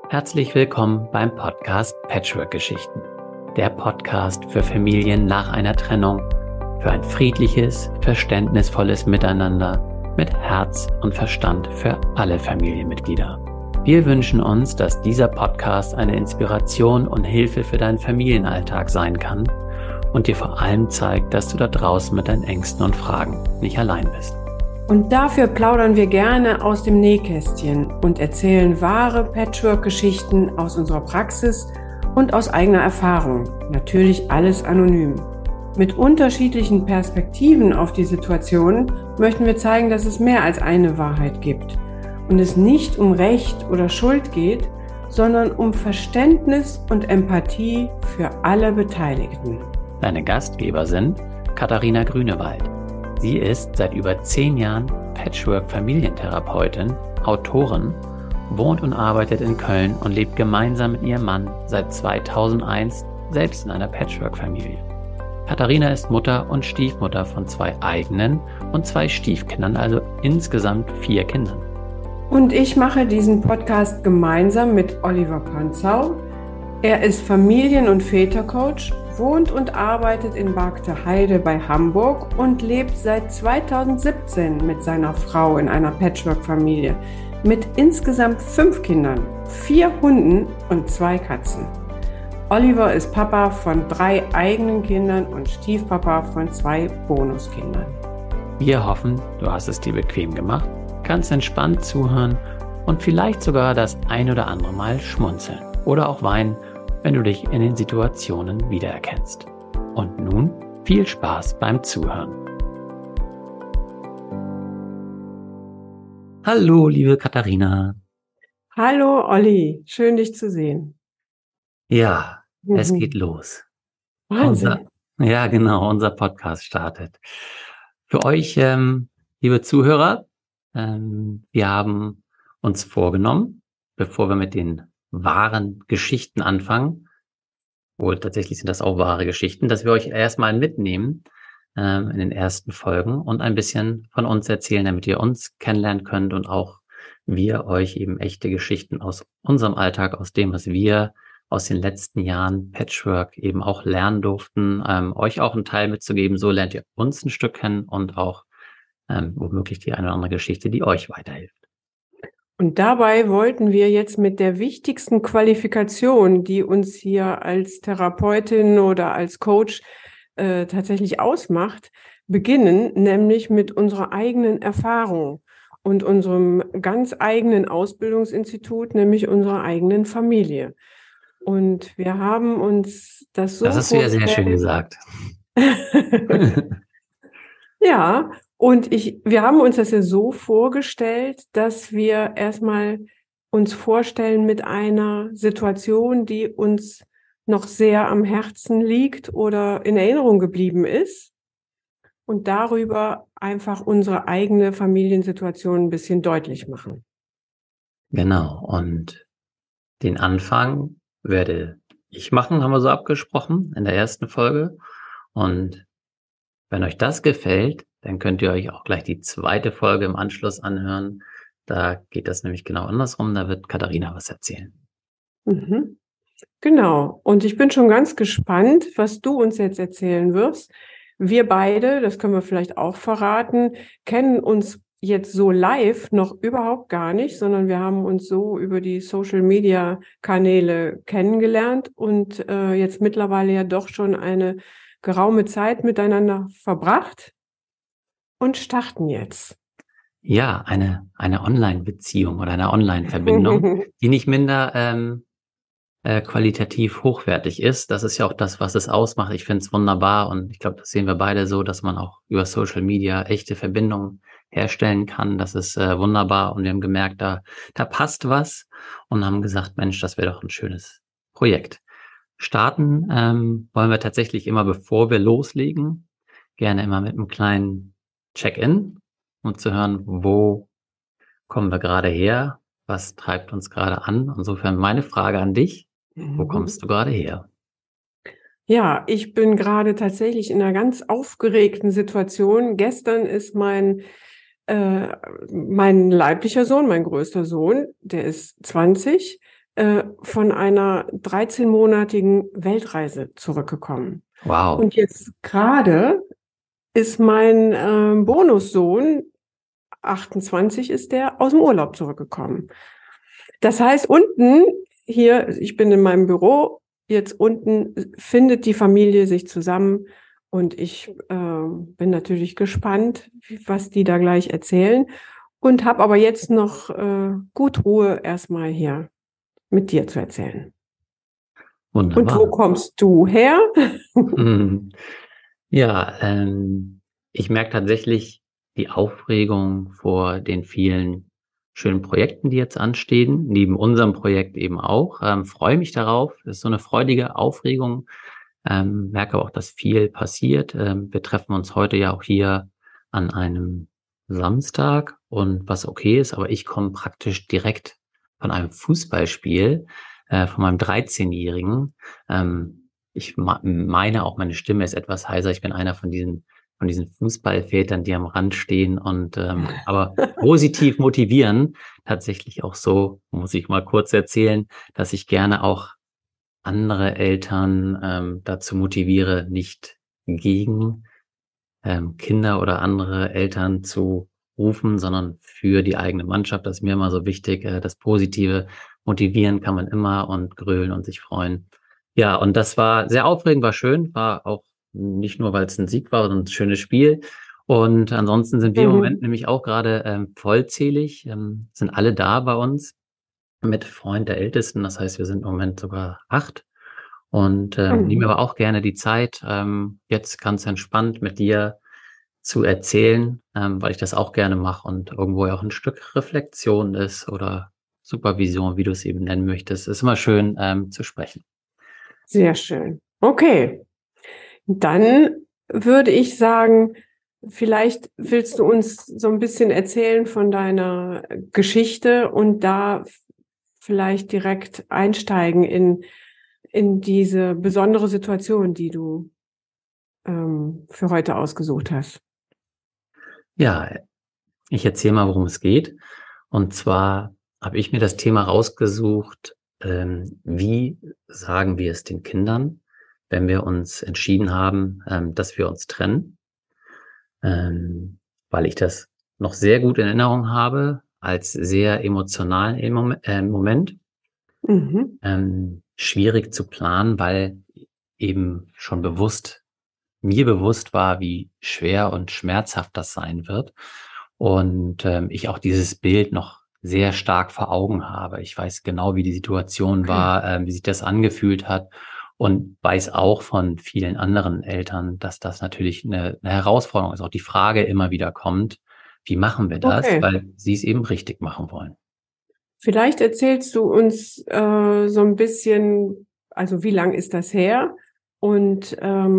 Herzlich willkommen beim Podcast Patchwork-Geschichten. Der Podcast für Familien nach einer Trennung, für ein friedliches, verständnisvolles Miteinander mit Herz und Verstand für alle Familienmitglieder. Wir wünschen uns, dass dieser Podcast eine Inspiration und Hilfe für deinen Familienalltag sein kann und dir vor allem zeigt, dass du da draußen mit deinen Ängsten und Fragen nicht allein bist. Und dafür plaudern wir gerne aus dem Nähkästchen und erzählen wahre Patchwork-Geschichten aus unserer Praxis und aus eigener Erfahrung. Natürlich alles anonym. Mit unterschiedlichen Perspektiven auf die Situation möchten wir zeigen, dass es mehr als eine Wahrheit gibt und es nicht um Recht oder Schuld geht, sondern um Verständnis und Empathie für alle Beteiligten. Deine Gastgeber sind Katharina Grünewald. Sie ist seit über 10 Jahren Patchwork-Familientherapeutin, Autorin, wohnt und arbeitet in Köln und lebt gemeinsam mit ihrem Mann seit 2001 selbst in einer Patchwork-Familie. Katharina ist Mutter und Stiefmutter von 2 eigenen und 2 Stiefkindern, also insgesamt 4 Kindern. Und ich mache diesen Podcast gemeinsam mit Oliver Panzau. Er ist Familien- und Vätercoach, wohnt und arbeitet in Bargteheide bei Hamburg und lebt seit 2017 mit seiner Frau in einer Patchwork-Familie mit insgesamt 5 Kindern, 4 Hunden und 2 Katzen. Oliver ist Papa von 3 eigenen Kindern und Stiefpapa von 2 Bonuskindern. Wir hoffen, du hast es dir bequem gemacht, kannst entspannt zuhören und vielleicht sogar das ein oder andere Mal schmunzeln oder auch weinen, wenn du dich in den Situationen wiedererkennst. Und nun viel Spaß beim Zuhören. Hallo, liebe Katharina. Hallo Olli, schön dich zu sehen. Ja, es geht los. Wahnsinn. Unser Podcast startet. Für euch, liebe Zuhörer, wir haben uns vorgenommen, bevor wir mit den wahren Geschichten anfangen, wohl tatsächlich sind das auch wahre Geschichten, dass wir euch erstmal mitnehmen in den ersten Folgen und ein bisschen von uns erzählen, damit ihr uns kennenlernen könnt und auch wir euch eben echte Geschichten aus unserem Alltag, aus dem, was wir aus den letzten Jahren Patchwork eben auch lernen durften, euch auch einen Teil mitzugeben. So lernt ihr uns ein Stück kennen und auch womöglich die eine oder andere Geschichte, die euch weiterhilft. Und dabei wollten wir jetzt mit der wichtigsten Qualifikation, die uns hier als Therapeutin oder als Coach tatsächlich ausmacht, beginnen, nämlich mit unserer eigenen Erfahrung und unserem ganz eigenen Ausbildungsinstitut, nämlich unserer eigenen Familie. Und wir haben uns das so Das hast du ja sehr schön gesagt. Ja, und wir haben uns das ja so vorgestellt, dass wir erstmal uns vorstellen mit einer Situation, die uns noch sehr am Herzen liegt oder in Erinnerung geblieben ist und darüber einfach unsere eigene Familiensituation ein bisschen deutlich machen. Genau, und den Anfang werde ich machen, haben wir so abgesprochen in der ersten Folge. Und wenn euch das gefällt, dann könnt ihr euch auch gleich die 2. Folge im Anschluss anhören. Da geht das nämlich genau andersrum. Da wird Katharina was erzählen. Mhm. Genau. Und ich bin schon ganz gespannt, was du uns jetzt erzählen wirst. Wir beide, das können wir vielleicht auch verraten, kennen uns jetzt so live noch überhaupt gar nicht, sondern wir haben uns so über die Social-Media-Kanäle kennengelernt und jetzt mittlerweile ja doch schon eine geraume Zeit miteinander verbracht und starten jetzt. Ja, eine Online-Beziehung oder eine Online-Verbindung, die nicht minder qualitativ hochwertig ist. Das ist ja auch das, was es ausmacht. Ich finde es wunderbar und ich glaube, das sehen wir beide so, dass man auch über Social Media echte Verbindungen herstellen kann. Das ist wunderbar und wir haben gemerkt, da passt was und haben gesagt, Mensch, das wäre doch ein schönes Projekt. Starten wollen wir tatsächlich immer, bevor wir loslegen, gerne immer mit einem kleinen Check-in, um zu hören, wo kommen wir gerade her, was treibt uns gerade an. Insofern meine Frage an dich, wo kommst du gerade her? Ja, ich bin gerade tatsächlich in einer ganz aufgeregten Situation. Gestern ist mein leiblicher Sohn, mein größter Sohn, der ist 20, von einer 13-monatigen Weltreise zurückgekommen. Wow. Und jetzt gerade ist mein Bonussohn, 28 ist der, aus dem Urlaub zurückgekommen. Das heißt, unten hier, ich bin in meinem Büro, jetzt unten findet die Familie sich zusammen und ich bin natürlich gespannt, was die da gleich erzählen und habe aber jetzt noch gut Ruhe, erstmal hier mit dir zu erzählen. Und wo Wunderbar. kommst du her? Mhm. Ja, ich merke tatsächlich die Aufregung vor den vielen schönen Projekten, die jetzt anstehen, neben unserem Projekt eben auch. Freue mich darauf. Es ist so eine freudige Aufregung. Merke auch, dass viel passiert. Wir treffen uns heute ja auch hier an einem Samstag und was okay ist, aber ich komme praktisch direkt von einem Fußballspiel, von meinem 13-Jährigen. Ich meine auch, meine Stimme ist etwas heiser. Ich bin einer von diesen Fußballvätern, die am Rand stehen und aber positiv motivieren. Tatsächlich auch so, muss ich mal kurz erzählen, dass ich gerne auch andere Eltern dazu motiviere, nicht gegen Kinder oder andere Eltern zu rufen, sondern für die eigene Mannschaft. Das ist mir immer so wichtig. Das Positive motivieren kann man immer und grölen und sich freuen. Ja, und das war sehr aufregend, war schön, war auch nicht nur, weil es ein Sieg war, sondern ein schönes Spiel. Und ansonsten sind wir im Moment Mhm. nämlich auch gerade vollzählig, sind alle da bei uns mit Freund der Ältesten. Das heißt, wir sind im Moment sogar 8 und nehme Mhm. aber auch gerne die Zeit, jetzt ganz entspannt mit dir zu erzählen, weil ich das auch gerne mache und irgendwo ja auch ein Stück Reflexion ist oder Supervision, wie du es eben nennen möchtest. Ist immer schön, zu sprechen. Sehr schön. Okay, dann würde ich sagen, vielleicht willst du uns so ein bisschen erzählen von deiner Geschichte und da vielleicht direkt einsteigen in diese besondere Situation, die du für heute ausgesucht hast. Ja, ich erzähle mal, worum es geht. Und zwar habe ich mir das Thema rausgesucht, wie sagen wir es den Kindern, wenn wir uns entschieden haben, dass wir uns trennen, weil ich das noch sehr gut in Erinnerung habe als sehr emotionalen Moment. Mhm. Schwierig zu planen, weil eben schon mir bewusst war, wie schwer und schmerzhaft das sein wird. Und ich auch dieses Bild noch sehr stark vor Augen habe. Ich weiß genau, wie die Situation Okay. war, wie sich das angefühlt hat und weiß auch von vielen anderen Eltern, dass das natürlich eine Herausforderung ist. Auch die Frage immer wieder kommt, wie machen wir das? Okay. Weil sie es eben richtig machen wollen. Vielleicht erzählst du uns so ein bisschen, also wie lang ist das her? Und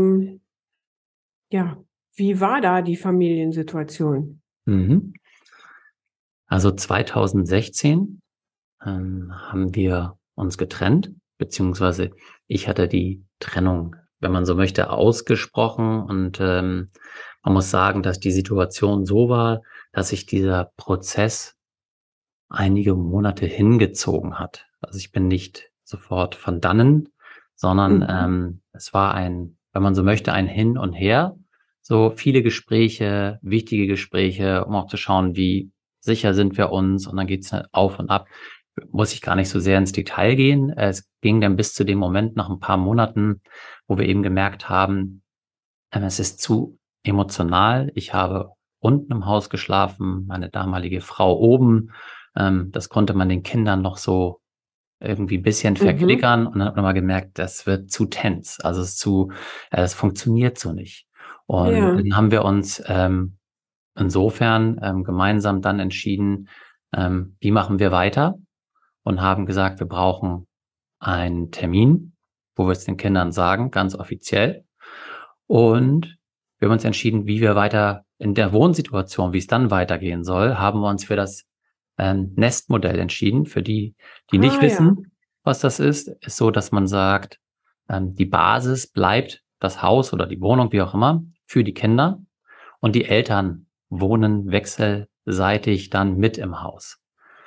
ja, wie war da die Familiensituation? Mhm. Also 2016 haben wir uns getrennt, beziehungsweise ich hatte die Trennung, wenn man so möchte, ausgesprochen. Und man muss sagen, dass die Situation so war, dass sich dieser Prozess einige Monate hingezogen hat. Also ich bin nicht sofort von dannen, sondern Mhm. es war wenn man so möchte, ein Hin und Her. So viele Gespräche, wichtige Gespräche, um auch zu schauen, wie sicher sind wir uns. Und dann geht's auf und ab. Muss ich gar nicht so sehr ins Detail gehen. Es ging dann bis zu dem Moment nach ein paar Monaten, wo wir eben gemerkt haben, es ist zu emotional. Ich habe unten im Haus geschlafen, meine damalige Frau oben. Das konnte man den Kindern noch so irgendwie ein bisschen Mhm. verklickern und dann hat man mal gemerkt, das wird zu tense. Also es funktioniert so nicht. Und Ja. dann haben wir uns insofern gemeinsam dann entschieden, wie machen wir weiter und haben gesagt, wir brauchen einen Termin, wo wir es den Kindern sagen, ganz offiziell. Und wir haben uns entschieden, wie wir weiter in der Wohnsituation, wie es dann weitergehen soll, haben wir uns für das Nestmodell entschieden. Für die, die nicht Ah ja. wissen, was das ist so, dass man sagt, die Basis bleibt das Haus oder die Wohnung, wie auch immer, für die Kinder und die Eltern wohnen wechselseitig dann mit im Haus.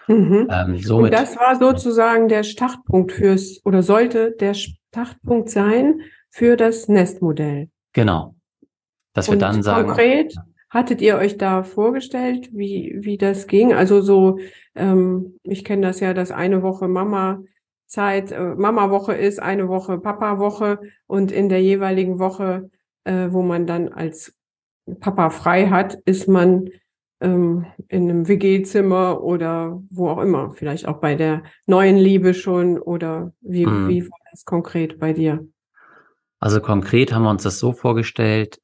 Mhm. Und Somit, das war sozusagen der Startpunkt oder sollte der Startpunkt sein für das Nestmodell. genau, dass wir dann Und sagen, konkret, hattet ihr euch da vorgestellt, wie das ging? Also so, ich kenne das ja, dass eine Woche Mama-Zeit, Mama-Woche ist, eine Woche Papa-Woche und in der jeweiligen Woche, wo man dann als Papa frei hat, ist man in einem WG-Zimmer oder wo auch immer, vielleicht auch bei der neuen Liebe schon oder wie mh, war das konkret bei dir? also konkret haben wir uns das so vorgestellt,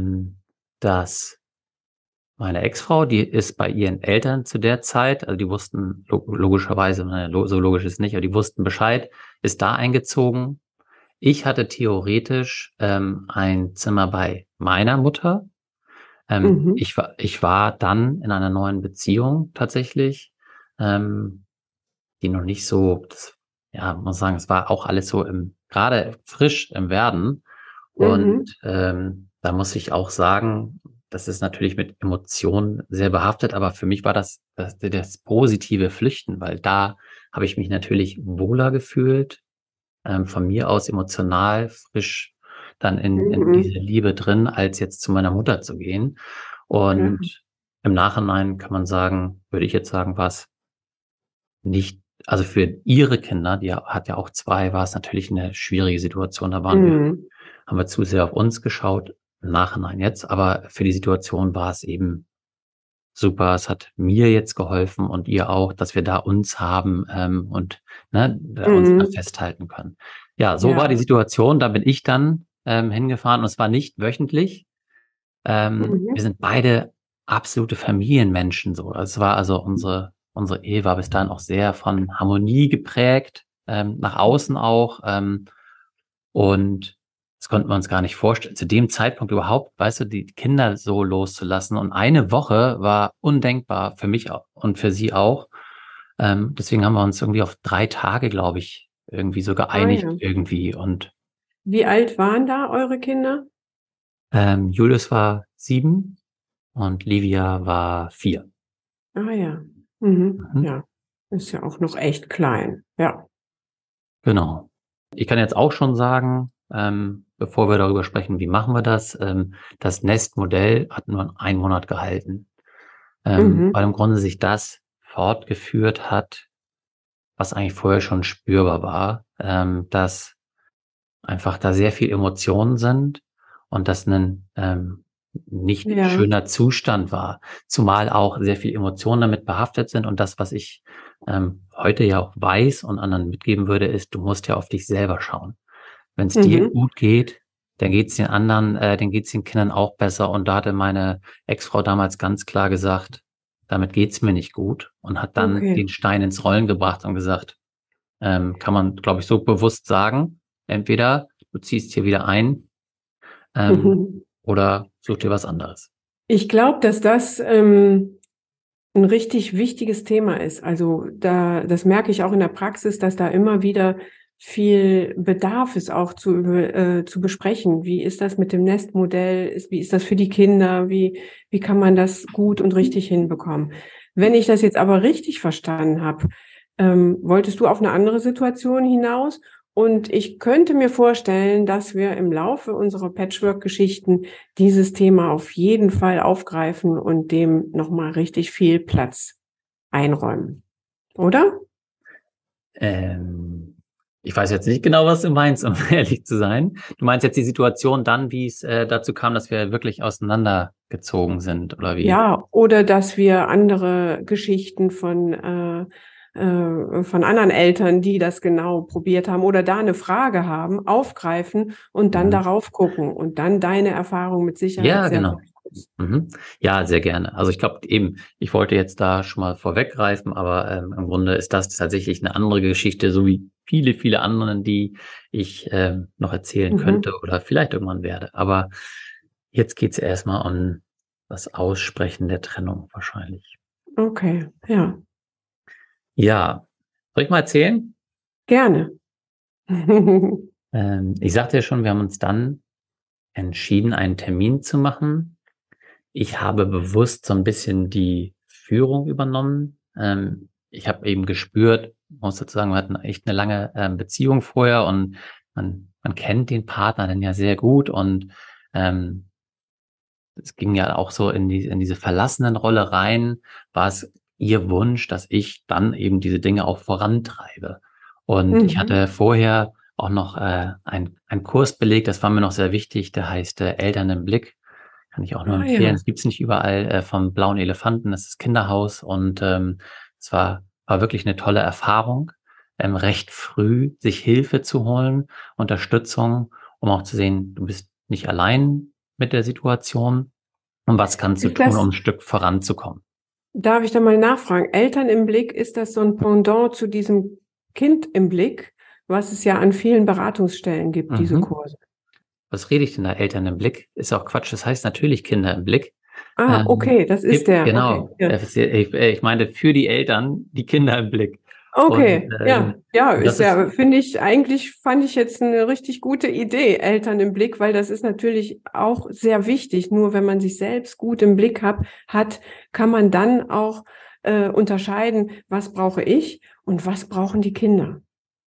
dass meine Ex-Frau, die ist bei ihren Eltern zu der Zeit, also die wussten logischerweise, so logisch ist es nicht, aber die wussten Bescheid, ist da eingezogen. Ich hatte theoretisch ein Zimmer bei meiner Mutter. Mhm. Ich war dann in einer neuen Beziehung tatsächlich, ähm, die noch nicht so, ja, muss sagen, es war auch alles so gerade frisch im Werden. Und Mhm. da muss ich auch sagen, das ist natürlich mit Emotionen sehr behaftet, aber für mich war das positive Flüchten, weil da habe ich mich natürlich wohler gefühlt, von mir aus emotional frisch dann in Mhm. diese Liebe drin, als jetzt zu meiner Mutter zu gehen. Klar. Und im Nachhinein kann man sagen, würde ich jetzt sagen, war es nicht, also für ihre Kinder, die hat ja auch zwei, war es natürlich eine schwierige Situation. Mhm. Haben wir zu sehr auf uns geschaut, im Nachhinein jetzt, aber für die Situation war es eben super. Es hat mir jetzt geholfen und ihr auch, dass wir da uns haben, und ne, da uns da Mhm. festhalten können. Ja, so war die Ja. Situation. Da bin ich dann hingefahren und es war nicht wöchentlich. Wir Mhm. sind beide absolute Familienmenschen so. Es war also unsere Ehe war bis dahin auch sehr von Harmonie geprägt, nach außen auch. Und das konnten wir uns gar nicht vorstellen. Zu dem Zeitpunkt überhaupt, weißt du, die Kinder so loszulassen. Und eine Woche war undenkbar für mich und für sie auch. Deswegen haben wir uns irgendwie auf 3 Tage, glaube ich, irgendwie so Ah geeinigt ja. irgendwie. Und Wie alt waren da eure Kinder? Julius war 7 und Livia war 4. Ah ja. Mhm. Mhm. Ja. Ist ja auch noch echt klein. Ja. Genau. Ich kann jetzt auch schon sagen, bevor wir darüber sprechen, wie machen wir das, das Nestmodell hat nur einen Monat gehalten. Mhm. Weil im Grunde sich das fortgeführt hat, was eigentlich vorher schon spürbar war, dass einfach da sehr viel Emotionen sind und das ein nicht Ja. schöner Zustand war, zumal auch sehr viel Emotionen damit behaftet sind und das, was ich heute ja auch weiß und anderen mitgeben würde, ist, du musst ja auf dich selber schauen. Wenn es dir Mhm. gut geht, dann geht es den anderen, dann geht es den Kindern auch besser. Und da hatte meine Ex-Frau damals ganz klar gesagt, damit geht's mir nicht gut und hat dann Okay. den Stein ins Rollen gebracht und gesagt, kann man, glaube ich, so bewusst sagen, entweder du ziehst hier wieder ein, oder such dir was anderes. Ich glaube, dass das ein richtig wichtiges Thema ist. Also das merke ich auch in der Praxis, dass da immer wieder viel Bedarf ist, auch zu besprechen. Wie ist das mit dem Nestmodell? Wie ist das für die Kinder? Wie kann man das gut und richtig hinbekommen? Wenn ich das jetzt aber richtig verstanden habe, wolltest du auf eine andere Situation hinaus? Und ich könnte mir vorstellen, dass wir im Laufe unserer Patchwork-Geschichten dieses Thema auf jeden Fall aufgreifen und dem nochmal richtig viel Platz einräumen, oder? Ähm, Ich weiß jetzt nicht genau, was du meinst, um ehrlich zu sein. Du meinst jetzt die Situation dann, wie es dazu kam, dass wir wirklich auseinandergezogen sind, oder wie? Ja, oder dass wir andere Geschichten von anderen Eltern, die das genau probiert haben oder da eine Frage haben, aufgreifen und dann Mhm. darauf gucken und dann deine Erfahrung mit Sicherheit Ja, sehr genau. wertvoll ist. Mhm. Ja, sehr gerne. Also ich glaube eben, ich wollte jetzt da schon mal vorweggreifen, aber im Grunde ist das tatsächlich eine andere Geschichte, so wie viele, viele anderen, die ich noch erzählen könnte Mhm. oder vielleicht irgendwann werde. Aber jetzt geht's erstmal um das Aussprechen der Trennung wahrscheinlich. Okay, ja, Ja, soll ich mal erzählen? gerne. Ich sagte ja schon, wir haben uns dann entschieden, einen Termin zu machen. Ich habe bewusst so ein bisschen die Führung übernommen. ich habe eben gespürt, muss dazu sagen, wir hatten echt eine lange Beziehung vorher und man kennt den Partner dann ja sehr gut und ähm, es ging ja auch so in diese verlassenen Rolle rein, war es ihr Wunsch, dass ich dann eben diese Dinge auch vorantreibe. Und ich Mhm. hatte vorher auch noch einen Kurs belegt, das war mir noch sehr wichtig, der heißt Eltern im Blick. Kann ich auch nur Ah empfehlen. ja. Es gibt's nicht überall vom Blauen Elefanten, das ist das Kinderhaus und es war wirklich eine tolle Erfahrung, recht früh sich Hilfe zu holen, Unterstützung, um auch zu sehen, du bist nicht allein mit der Situation und was kannst du Ist tun, um das, ein Stück voranzukommen. darf ich da mal nachfragen? Eltern im Blick, ist das so ein Pendant zu diesem Kind im Blick, was es ja an vielen Beratungsstellen gibt, diese Mhm. Kurse? Was rede ich denn da? Eltern im Blick? Ist auch Quatsch. Das heißt natürlich Kinder im Blick. Ah, Ähm, okay, das ist der. Okay, genau. ja. Ich meine für die Eltern die Kinder im Blick. Und Okay, ja, ja, ist das ist ja, finde ich, eigentlich fand ich jetzt eine richtig gute Idee, Eltern im Blick, weil das ist natürlich auch sehr wichtig. Nur wenn man sich selbst gut im Blick hat, kann man dann auch unterscheiden, was brauche ich und was brauchen die Kinder.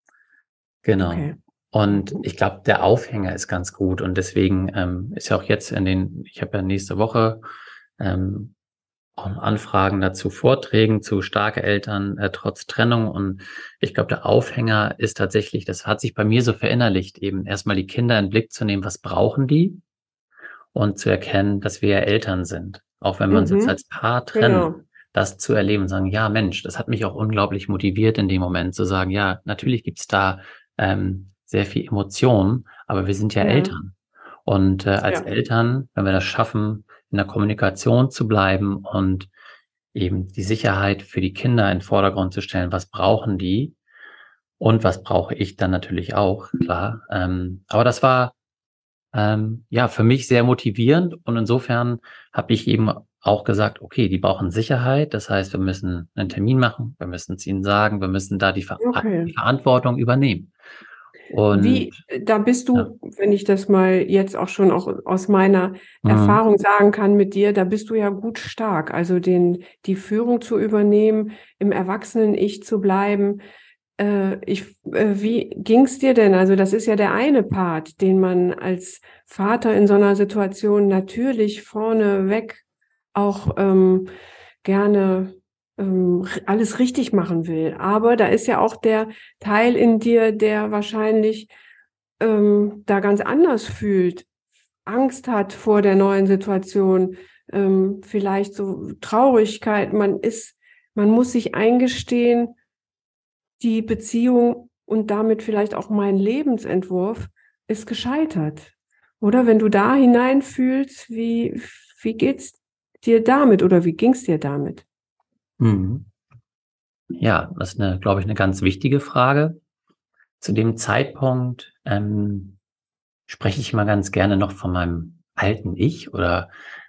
genau. Okay. Und Mhm. ich glaube, der Aufhänger ist ganz gut. Und deswegen ist ja auch jetzt ich habe ja nächste Woche ähm, auch Anfragen dazu, Vorträgen zu starke Eltern trotz Trennung. Und ich glaube, der Aufhänger ist tatsächlich, das hat sich bei mir so verinnerlicht, eben erstmal die Kinder in den Blick zu nehmen, was brauchen die und zu erkennen, dass wir ja Eltern sind. Auch wenn wir uns jetzt Mhm. als Paar trennen, Genau. das zu erleben und sagen, ja Mensch, das hat mich auch unglaublich motiviert in dem Moment zu sagen, ja, natürlich gibt's da sehr viel Emotion, aber wir sind ja Ja, Eltern. Und als ja, Eltern, wenn wir das schaffen, in der Kommunikation zu bleiben und eben die Sicherheit für die Kinder in den Vordergrund zu stellen, was brauchen die und was brauche ich dann natürlich auch, klar. Aber das war ja für mich sehr motivierend und insofern habe ich eben auch gesagt, okay, die brauchen Sicherheit. Das heißt, wir müssen einen Termin machen, wir müssen es ihnen sagen, wir müssen da okay. die Verantwortung übernehmen. Und Wie, da bist ja, du, wenn ich das mal jetzt auch schon auch aus meiner mhm, Erfahrung sagen kann mit dir, da bist du ja gut stark. Also die Führung zu übernehmen, im Erwachsenen-Ich zu bleiben. Wie ging's dir denn? Also das ist ja der eine Part, den man als Vater in so einer Situation natürlich vorneweg auch gerne alles richtig machen will. Aber da ist ja auch der Teil in dir, der wahrscheinlich da ganz anders fühlt, Angst hat vor der neuen Situation, vielleicht so Traurigkeit. Man muss sich eingestehen, die Beziehung und damit vielleicht auch mein Lebensentwurf ist gescheitert. Oder wenn du da hineinfühlst, wie geht's dir damit oder wie ging's dir damit? mhm. Ja, das ist glaube ich, eine ganz wichtige Frage. Zu dem Zeitpunkt spreche ich mal ganz gerne noch von meinem alten Ich oder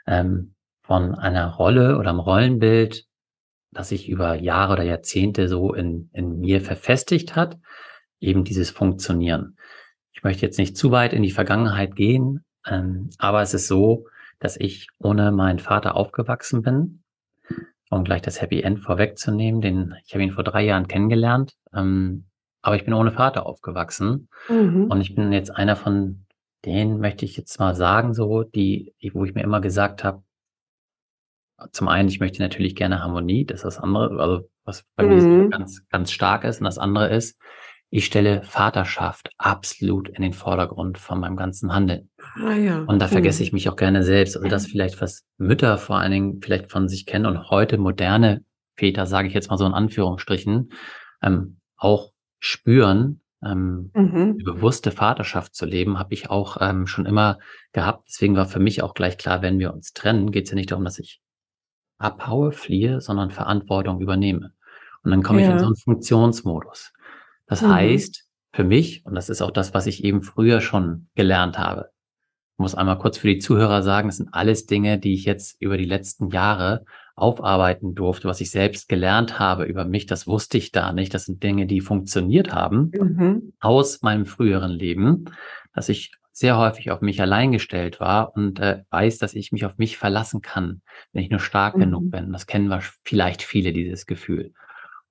von einer Rolle oder einem Rollenbild, das sich über Jahre oder Jahrzehnte so in mir verfestigt hat, eben dieses Funktionieren. Ich möchte jetzt nicht zu weit in die Vergangenheit gehen, aber es ist so, dass ich ohne meinen Vater aufgewachsen bin. Um gleich das Happy End vorwegzunehmen, ich habe ihn vor 3 Jahren kennengelernt, aber ich bin ohne Vater aufgewachsen und Mhm. ich bin jetzt einer von denen, möchte ich jetzt mal sagen, so wo ich mir immer gesagt habe, zum einen, ich möchte natürlich gerne Harmonie, das ist das andere, also was bei mir so Mhm. ganz, ganz stark ist. Und das andere ist, ich stelle Vaterschaft absolut in den Vordergrund von meinem ganzen Handeln. Ah ja. Und da vergesse ich Mhm. mich auch gerne selbst. Also das vielleicht, was Mütter vor allen Dingen vielleicht von sich kennen und heute moderne Väter, sage ich jetzt mal so in Anführungsstrichen, auch spüren, Mhm. eine bewusste Vaterschaft zu leben, habe ich auch schon immer gehabt. Deswegen war für mich auch gleich klar, wenn wir uns trennen, geht es ja nicht darum, dass ich abhaue, fliehe, sondern Verantwortung übernehme. Und dann komme ich in so Ja. einen Funktionsmodus. Das Mhm. heißt für mich, und das ist auch das, was ich eben früher schon gelernt habe, ich muss einmal kurz für die Zuhörer sagen, das sind alles Dinge, die ich jetzt über die letzten Jahre aufarbeiten durfte, was ich selbst gelernt habe über mich, das wusste ich da nicht. Das sind Dinge, die funktioniert haben Mhm. aus meinem früheren Leben, dass ich sehr häufig auf mich allein gestellt war und weiß, dass ich mich auf mich verlassen kann, wenn ich nur stark genug Mhm. bin. Das kennen wir vielleicht viele, dieses Gefühl.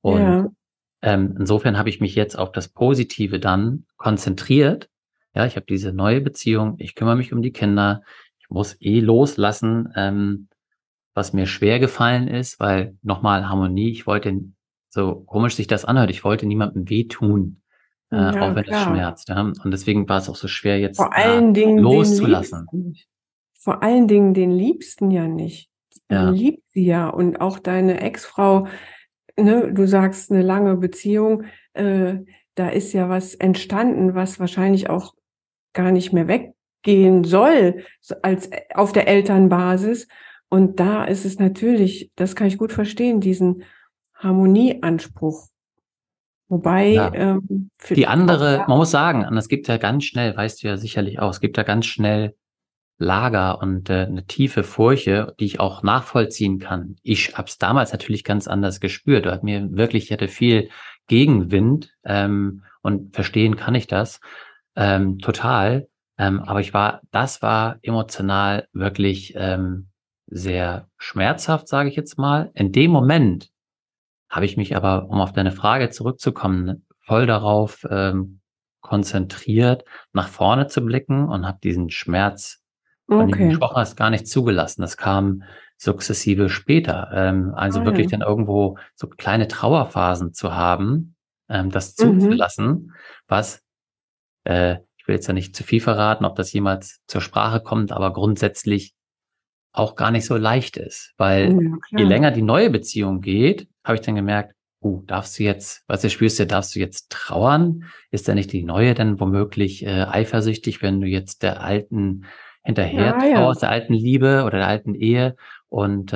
Und Ja. insofern habe ich mich jetzt auf das Positive dann konzentriert. Ja, ich habe diese neue Beziehung, ich kümmere mich um die Kinder, ich muss loslassen, was mir schwer gefallen ist, weil nochmal Harmonie, ich wollte, so komisch sich das anhört, ich wollte niemandem wehtun, Ja, auch wenn es klar. schmerzt. Ja? Und deswegen war es auch so schwer, jetzt Vor da allen Dingen den loszulassen. Liebsten nicht. Vor allen Dingen den Liebsten ja nicht. Man Ja, liebt sie ja. Und auch deine Ex-Frau, ne, du sagst eine lange Beziehung, äh, da ist ja was entstanden, was wahrscheinlich auch gar nicht mehr weggehen soll, so als auf der Elternbasis. Und da ist es natürlich, das kann ich gut verstehen, diesen Harmonieanspruch. Wobei, ja. Die auch andere, da, man muss sagen, und es gibt ja ganz schnell, weißt du ja sicherlich auch, es gibt ja ganz schnell Lager und eine tiefe Furche, die ich auch nachvollziehen kann. Ich habe es damals natürlich ganz anders gespürt. Da hat mir wirklich, ich hatte viel Gegenwind und verstehen kann ich das total. Aber das war emotional wirklich sehr schmerzhaft, sage ich jetzt mal. In dem Moment habe ich mich aber, um auf deine Frage zurückzukommen, voll darauf konzentriert, nach vorne zu blicken und habe diesen Schmerz, von dem du okay. gesprochen hast, gar nicht zugelassen. Das kam sukzessive später. Also Ah, ja. wirklich dann irgendwo so kleine Trauerphasen zu haben, das Mhm. zuzulassen, was, ich will jetzt ja nicht zu viel verraten, ob das jemals zur Sprache kommt, aber grundsätzlich auch gar nicht so leicht ist, weil Ja, je klar. länger die neue Beziehung geht, habe ich dann gemerkt, darfst du jetzt, was du spürst, ja, darfst du jetzt trauern? Ist da nicht die neue dann womöglich eifersüchtig, wenn du jetzt der alten hinterher Ah, ja. trauerst, der alten Liebe oder der alten Ehe? Und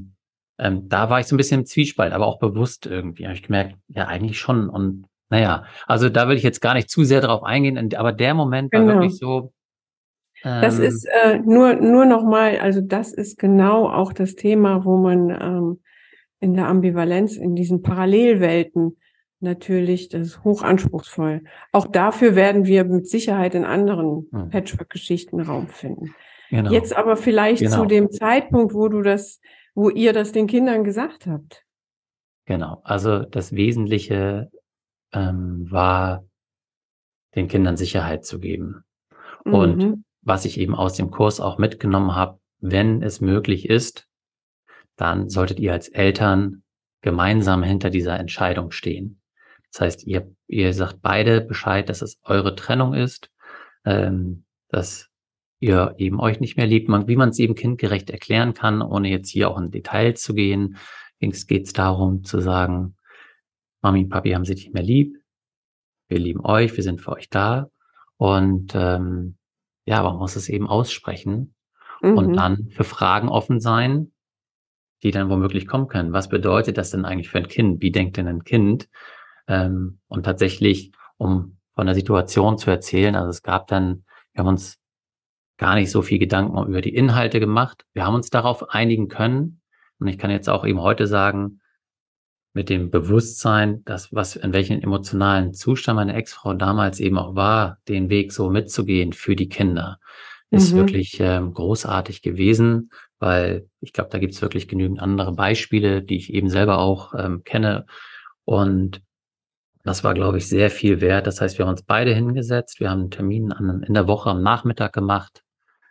da war ich so ein bisschen im Zwiespalt, aber auch bewusst irgendwie. Habe ich gemerkt, ja, eigentlich schon. Und naja, also da will ich jetzt gar nicht zu sehr drauf eingehen, aber der Moment war wirklich Genau. so, Das ist ähm, nur noch mal, also das ist genau auch das Thema, wo man in der Ambivalenz, in diesen Parallelwelten natürlich, das ist hochanspruchsvoll. Auch dafür werden wir mit Sicherheit in anderen hm, Patchwork-Geschichten Raum finden. Jetzt genau, aber vielleicht zu genau. dem Zeitpunkt, wo ihr das den Kindern gesagt habt. Genau. Also das Wesentliche war, den Kindern Sicherheit zu geben. Und Mhm. was ich eben aus dem Kurs auch mitgenommen habe, wenn es möglich ist, dann solltet ihr als Eltern gemeinsam hinter dieser Entscheidung stehen. Das heißt, ihr sagt beide Bescheid, dass es eure Trennung ist, dass ihr eben euch nicht mehr liebt, wie man es eben kindgerecht erklären kann, ohne jetzt hier auch in Details zu gehen. Geht es darum zu sagen, Mami und Papi haben sich nicht mehr lieb, wir lieben euch, wir sind für euch da. Und ja, man muss es eben aussprechen und Mhm. dann für Fragen offen sein, die dann womöglich kommen können. Was bedeutet das denn eigentlich für ein Kind? Wie denkt denn ein Kind? Und tatsächlich, um von der Situation zu erzählen, also es gab dann, wir haben uns gar nicht so viel Gedanken über die Inhalte gemacht. Wir haben uns darauf einigen können. Und ich kann jetzt auch eben heute sagen, mit dem Bewusstsein, dass in welchem emotionalen Zustand meine Ex-Frau damals eben auch war, den Weg so mitzugehen für die Kinder, ist Mhm. wirklich großartig gewesen, weil ich glaube, da gibt es wirklich genügend andere Beispiele, die ich eben selber auch kenne. Und das war, glaube ich, sehr viel wert. Das heißt, wir haben uns beide hingesetzt, wir haben einen Termin in der Woche am Nachmittag gemacht,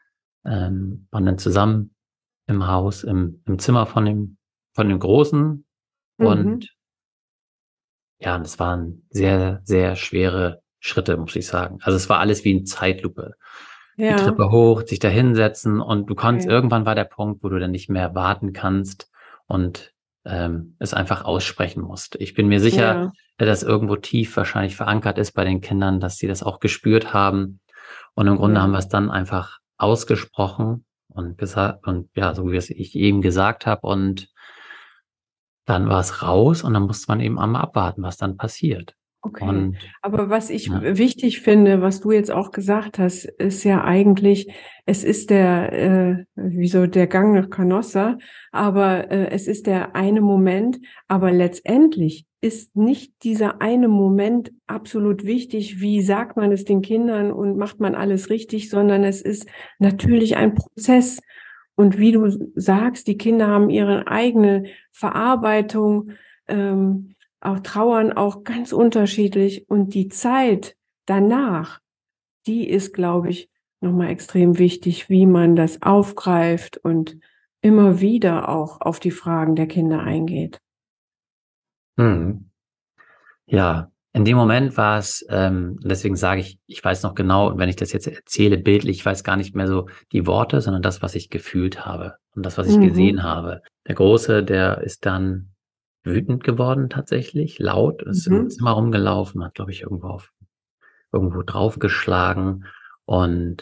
waren dann zusammen im Haus, im Zimmer von dem Großen. Mhm. Und ja, und es waren sehr, sehr schwere Schritte, muss ich sagen. Also es war alles wie in Zeitlupe. Die Ja, Treppe hoch, sich da hinsetzen und du kannst, okay. irgendwann war der Punkt, wo du dann nicht mehr warten kannst und es einfach aussprechen musst. Ich bin mir sicher, Ja, dass irgendwo tief wahrscheinlich verankert ist bei den Kindern, dass sie das auch gespürt haben. Und im Grunde haben ja. wir es dann einfach ausgesprochen und gesagt, und ja, so wie es ich eben gesagt habe, und dann war es raus und dann musste man eben einmal abwarten, was dann passiert. Okay, Und aber was ich ja, wichtig finde, was du jetzt auch gesagt hast, ist ja eigentlich, es ist wie so der Gang nach Canossa, aber es ist der eine Moment, aber letztendlich ist nicht dieser eine Moment absolut wichtig, wie sagt man es den Kindern und macht man alles richtig, sondern es ist natürlich ein Prozess. Und wie du sagst, die Kinder haben ihre eigene Verarbeitung. auch trauern auch ganz unterschiedlich. Und die Zeit danach, die ist, glaube ich, nochmal extrem wichtig, wie man das aufgreift und immer wieder auch auf die Fragen der Kinder eingeht. Mhm. Ja, in dem Moment war es, deswegen sage ich weiß noch genau, wenn ich das jetzt erzähle, bildlich, ich weiß gar nicht mehr so die Worte, sondern das, was ich gefühlt habe und das, was ich gesehen habe. Der Große, der ist dann wütend geworden tatsächlich, laut, ist im Mhm. Zimmer rumgelaufen, hat, glaube ich, irgendwo draufgeschlagen und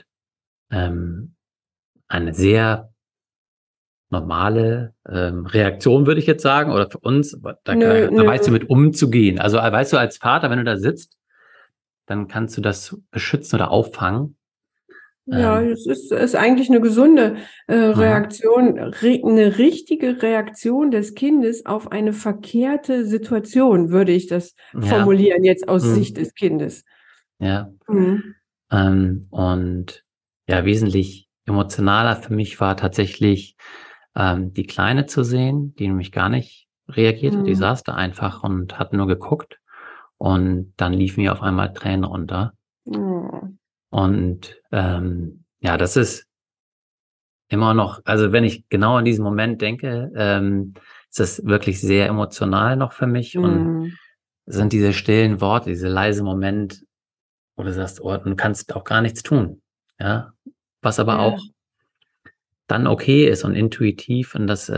eine sehr normale Reaktion, würde ich jetzt sagen, oder für uns, Nö, da nö. weißt du mit umzugehen. Also weißt du, als Vater, wenn du da sitzt, dann kannst du das beschützen oder auffangen. Ja, Ähm, es ist eigentlich eine gesunde mhm. Reaktion, eine richtige Reaktion des Kindes auf eine verkehrte Situation, würde ich das Ja, formulieren, jetzt aus Sicht mhm. des Kindes. Ja. Mhm. Und ja, wesentlich emotionaler für mich war tatsächlich die Kleine zu sehen, die nämlich gar nicht reagiert hat. Die Mhm. saß da einfach und hat nur geguckt. Und dann liefen mir auf einmal Tränen runter. Oh. Und ja, das ist immer noch, also wenn ich genau an diesen Moment denke, ist das wirklich sehr emotional noch für mich und Mhm. sind diese stillen Worte, diese leise Moment, wo du sagst, oh, du kannst auch gar nichts tun. Ja, was aber Ja, auch dann okay ist und intuitiv und das,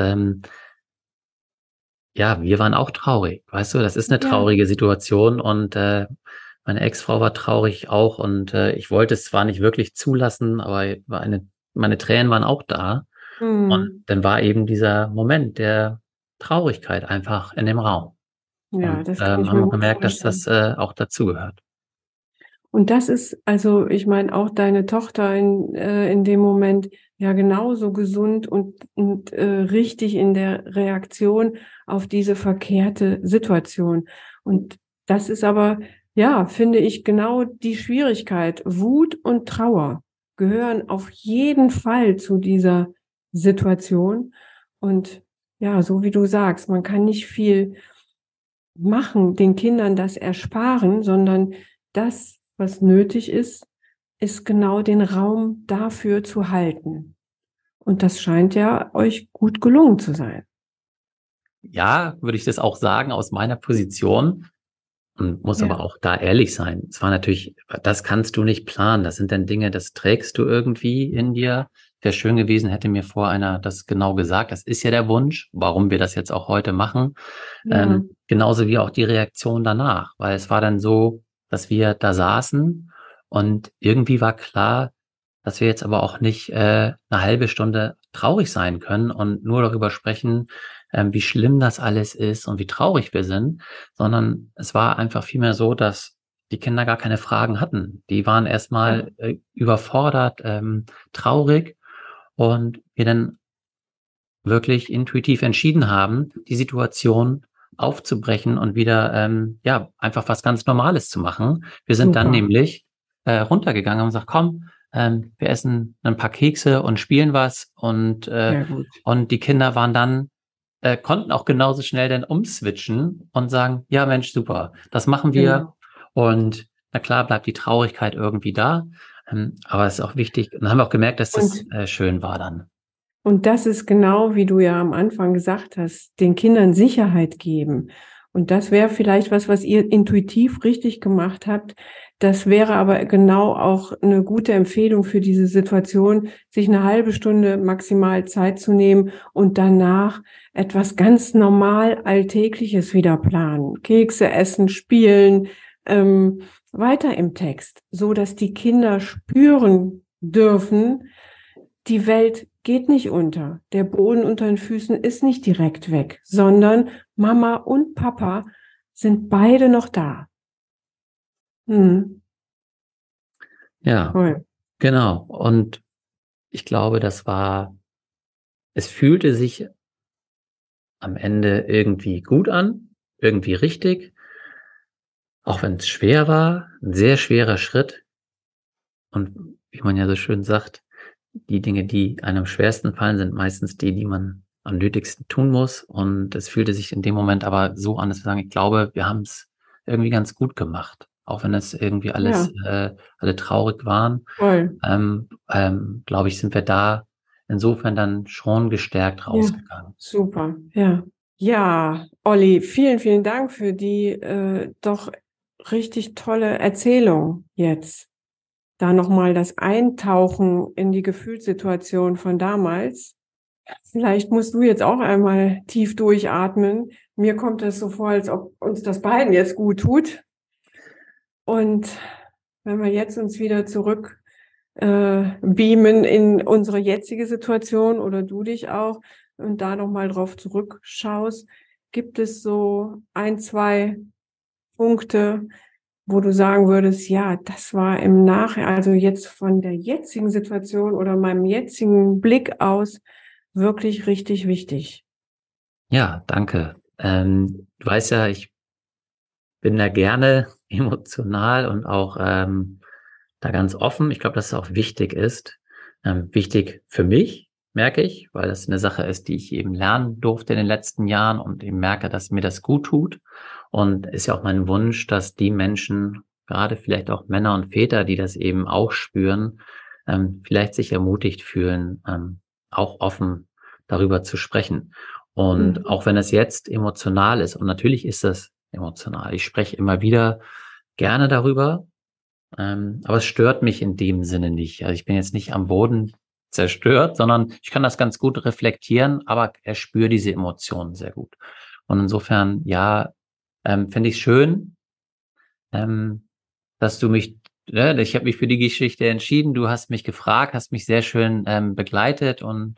ja, wir waren auch traurig, weißt du, das ist eine ja. traurige Situation und meine Ex-Frau war traurig auch und ich wollte es zwar nicht wirklich zulassen, aber meine Tränen waren auch da. Und Mhm. dann war eben dieser Moment der Traurigkeit einfach in dem Raum. Ja, Und das kann ich haben mir wir gut gemerkt, dass das vorstellen. auch dazugehört. Und das ist, also ich meine, auch deine Tochter in dem Moment ja genauso gesund und richtig in der Reaktion auf diese verkehrte Situation. Und das ist aber, ja, finde ich, genau die Schwierigkeit. Wut und Trauer gehören auf jeden Fall zu dieser Situation. Und ja, so wie du sagst, man kann nicht viel machen, den Kindern das ersparen, sondern das, was nötig ist, ist genau den Raum dafür zu halten. Und das scheint ja euch gut gelungen zu sein. Ja, würde ich das auch sagen aus meiner Position und muss aber Ja, auch da ehrlich sein. Es war natürlich, das kannst du nicht planen. Das sind dann Dinge, das trägst du irgendwie in dir. Wäre schön gewesen, hätte mir vor einer das genau gesagt. Das ist ja der Wunsch, warum wir das jetzt auch heute machen. ja, Genauso wie auch die Reaktion danach, weil es war dann so, dass wir da saßen und irgendwie war klar, dass wir jetzt aber auch nicht eine halbe Stunde traurig sein können und nur darüber sprechen, wie schlimm das alles ist und wie traurig wir sind, sondern es war einfach vielmehr so, dass die Kinder gar keine Fragen hatten. Die waren ja, erstmal überfordert, traurig und wir dann wirklich intuitiv entschieden haben, die Situation aufzubrechen und wieder, ja, einfach was ganz Normales zu machen. Wir sind dann super, nämlich runtergegangen und gesagt, komm, wir essen ein paar Kekse und spielen was sehr gut. und die Kinder waren dann, konnten auch genauso schnell dann umswitchen und sagen, ja Mensch, super, das machen wir Genau. und na klar bleibt die Traurigkeit irgendwie da, aber es ist auch wichtig, und dann haben wir auch gemerkt, dass das Und schön war dann. Und das ist genau, wie du ja am Anfang gesagt hast, den Kindern Sicherheit geben. Und das wäre vielleicht was ihr intuitiv richtig gemacht habt. Das wäre aber genau auch eine gute Empfehlung für diese Situation, sich eine halbe Stunde maximal Zeit zu nehmen und danach etwas ganz normal Alltägliches wieder planen. Kekse essen, spielen, weiter im Text, so dass die Kinder spüren dürfen, die Welt geht nicht unter. Der Boden unter den Füßen ist nicht direkt weg, sondern Mama und Papa sind beide noch da. Hm, Ja, toll. genau. Und ich glaube, es fühlte sich am Ende irgendwie gut an, irgendwie richtig, auch wenn es schwer war, ein sehr schwerer Schritt. Und wie man ja so schön sagt, die Dinge, die einem am schwersten fallen, sind meistens die, die man am nötigsten tun muss. Und es fühlte sich in dem Moment aber so an, dass wir sagen, ich glaube, wir haben es irgendwie ganz gut gemacht. Auch wenn es irgendwie Ja, alle traurig waren, toll. glaube ich, sind wir da insofern dann schon gestärkt Ja, rausgegangen. super. Ja. Ja, Olli, vielen, vielen Dank für die doch richtig tolle Erzählung jetzt. Da nochmal das Eintauchen in die Gefühlssituation von damals. Vielleicht musst du jetzt auch einmal tief durchatmen. Mir kommt es so vor, als ob uns das beiden jetzt gut tut. Und wenn wir jetzt uns wieder zurück beamen in unsere jetzige Situation oder du dich auch und da nochmal drauf zurückschaust, gibt es so ein, zwei Punkte, wo du sagen würdest, ja, das war im Nachhinein, also jetzt von der jetzigen Situation oder meinem jetzigen Blick aus wirklich richtig wichtig. Ja, danke. Du weißt ja, ich bin da gerne emotional und auch da ganz offen. Ich glaube, dass es auch wichtig ist. Wichtig für mich, merke ich, weil das eine Sache ist, die ich eben lernen durfte in den letzten Jahren und eben merke, dass mir das gut tut. Und ist ja auch mein Wunsch, dass die Menschen, gerade vielleicht auch Männer und Väter, die das eben auch spüren, vielleicht sich ermutigt fühlen, auch offen darüber zu sprechen. Und Mhm. auch wenn es jetzt emotional ist, und natürlich ist das emotional, ich spreche immer wieder gerne darüber, aber es stört mich in dem Sinne nicht. Also ich bin jetzt nicht am Boden zerstört, sondern ich kann das ganz gut reflektieren, aber erspüre diese Emotionen sehr gut. Und insofern, ja, finde ich es schön, ähm, dass du mich, ich habe mich für die Geschichte entschieden, du hast mich gefragt, hast mich sehr schön begleitet und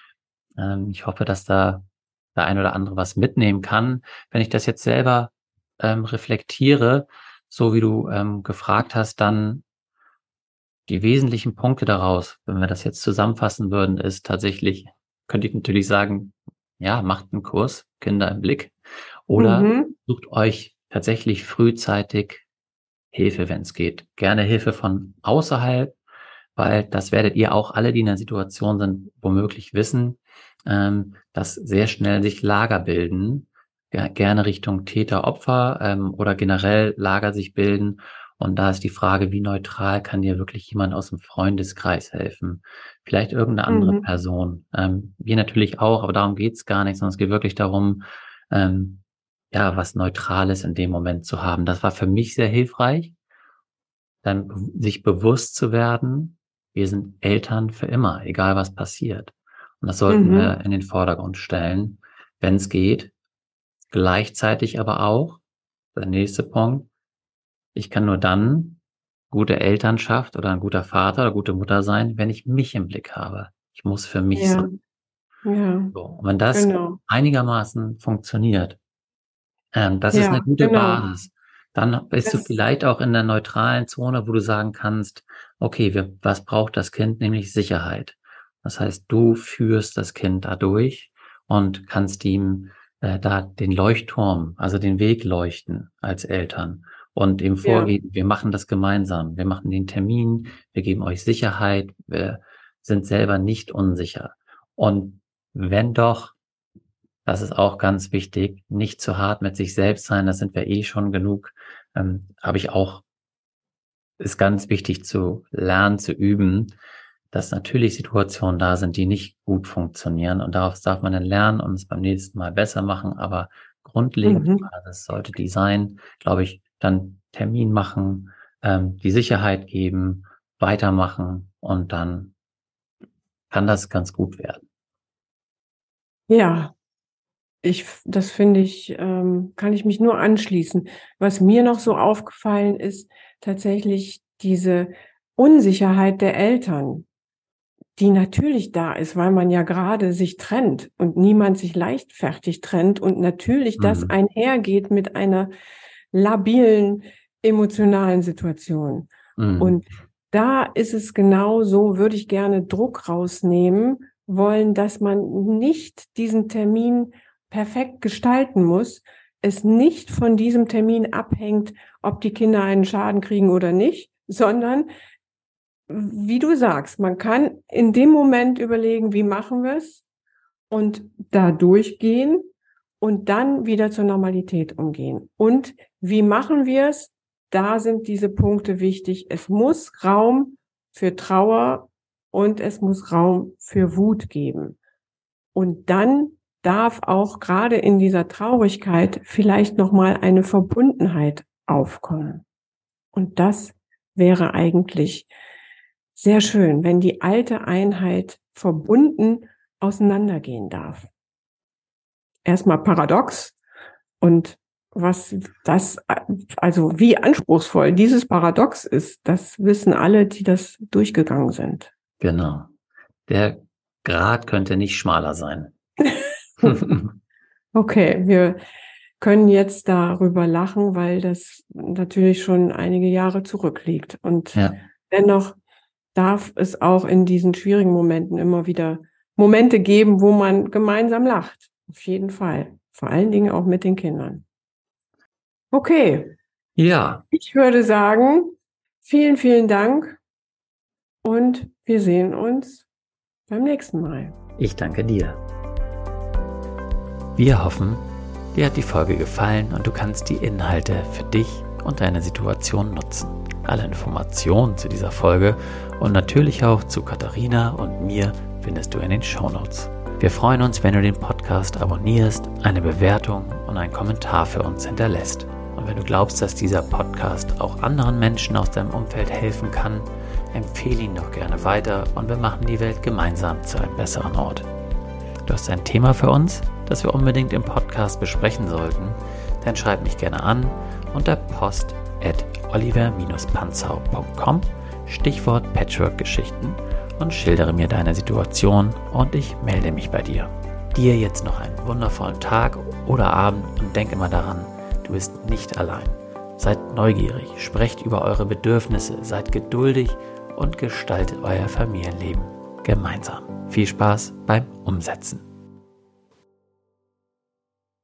ich hoffe, dass da der ein oder andere was mitnehmen kann. Wenn ich das jetzt selber reflektiere, so wie du gefragt hast, dann die wesentlichen Punkte daraus, wenn wir das jetzt zusammenfassen würden, ist tatsächlich, könnte ich natürlich sagen, ja, macht einen Kurs, Kinder im Blick, oder Mhm. sucht euch tatsächlich frühzeitig Hilfe, wenn es geht. Gerne Hilfe von außerhalb, weil das werdet ihr auch alle, die in der Situation sind, womöglich wissen, dass sehr schnell sich Lager bilden, ja, gerne Richtung Täter-Opfer oder generell Lager sich bilden. Und da ist die Frage, wie neutral kann dir wirklich jemand aus dem Freundeskreis helfen? Vielleicht irgendeine andere Mhm. Person. Wir natürlich auch, aber darum geht's gar nicht, sondern es geht wirklich darum, ähm, ja, was Neutrales in dem Moment zu haben. Das war für mich sehr hilfreich, dann sich bewusst zu werden, wir sind Eltern für immer, egal was passiert. Und das sollten wir Mhm. in den Vordergrund stellen, wenn es geht. Gleichzeitig aber auch, der nächste Punkt, ich kann nur dann gute Elternschaft oder ein guter Vater oder gute Mutter sein, wenn ich mich im Blick habe. Ich muss für mich Ja, sein. ja, So. Und wenn das genau. einigermaßen funktioniert, das ist Ja, eine gute genau. Basis. Dann bist du Das, vielleicht auch in der neutralen Zone, wo du sagen kannst, okay, was braucht das Kind? Nämlich Sicherheit. Das heißt, du führst das Kind dadurch und kannst ihm da den Leuchtturm, also den Weg leuchten als Eltern und ihm ja. vorgeben, wir machen das gemeinsam. Wir machen den Termin, wir geben euch Sicherheit, wir sind selber nicht unsicher. Und wenn doch, das ist auch ganz wichtig, nicht zu hart mit sich selbst sein, das sind wir eh schon genug. Habe ich auch, ist ganz wichtig zu lernen, zu üben, dass natürlich Situationen da sind, die nicht gut funktionieren. Und daraus darf man dann lernen und es beim nächsten Mal besser machen. Aber grundlegend, Mhm. das sollte die sein, glaube ich, dann Termin machen, die Sicherheit geben, weitermachen und dann kann das ganz gut werden. Ja, das finde ich, kann ich mich nur anschließen. Was mir noch so aufgefallen ist, tatsächlich diese Unsicherheit der Eltern, die natürlich da ist, weil man ja gerade sich trennt und niemand sich leichtfertig trennt und natürlich das Mhm. einhergeht mit einer labilen emotionalen Situation. Mhm. Und da ist es genau so, würde ich gerne Druck rausnehmen wollen, dass man nicht diesen Termin perfekt gestalten muss, es nicht von diesem Termin abhängt, ob die Kinder einen Schaden kriegen oder nicht, sondern wie du sagst, man kann in dem Moment überlegen, wie machen wir es? und da durchgehen und dann wieder zur Normalität umgehen. Und wie machen wir es? Da sind diese Punkte wichtig. Es muss Raum für Trauer und es muss Raum für Wut geben. Und dann darf auch gerade in dieser Traurigkeit vielleicht nochmal eine Verbundenheit aufkommen. Und das wäre eigentlich sehr schön, wenn die alte Einheit verbunden auseinandergehen darf. Erstmal paradox und was das, also wie anspruchsvoll dieses Paradox ist, das wissen alle, die das durchgegangen sind. Genau. Der Grat könnte nicht schmaler sein. Okay, wir können jetzt darüber lachen, weil das natürlich schon einige Jahre zurückliegt. Und dennoch darf es auch in diesen schwierigen Momenten immer wieder Momente geben, wo man gemeinsam lacht. Auf jeden Fall. Vor allen Dingen auch mit den Kindern. Okay. Ja. Ich würde sagen, vielen, vielen Dank und wir sehen uns beim nächsten Mal. Ich danke dir. Wir hoffen, dir hat die Folge gefallen und du kannst die Inhalte für dich und deine Situation nutzen. Alle Informationen zu dieser Folge und natürlich auch zu Katharina und mir findest du in den Shownotes. Wir freuen uns, wenn du den Podcast abonnierst, eine Bewertung und einen Kommentar für uns hinterlässt. Und wenn du glaubst, dass dieser Podcast auch anderen Menschen aus deinem Umfeld helfen kann, empfehle ihn doch gerne weiter und wir machen die Welt gemeinsam zu einem besseren Ort. Du hast ein Thema für uns, das wir unbedingt im Podcast besprechen sollten, dann schreib mich gerne an unter post@oliver-panzau.com, Stichwort Patchwork-Geschichten und schildere mir deine Situation und ich melde mich bei dir. Dir jetzt noch einen wundervollen Tag oder Abend und denk immer daran, du bist nicht allein. Seid neugierig, sprecht über eure Bedürfnisse, seid geduldig und gestaltet euer Familienleben gemeinsam. Viel Spaß beim Umsetzen.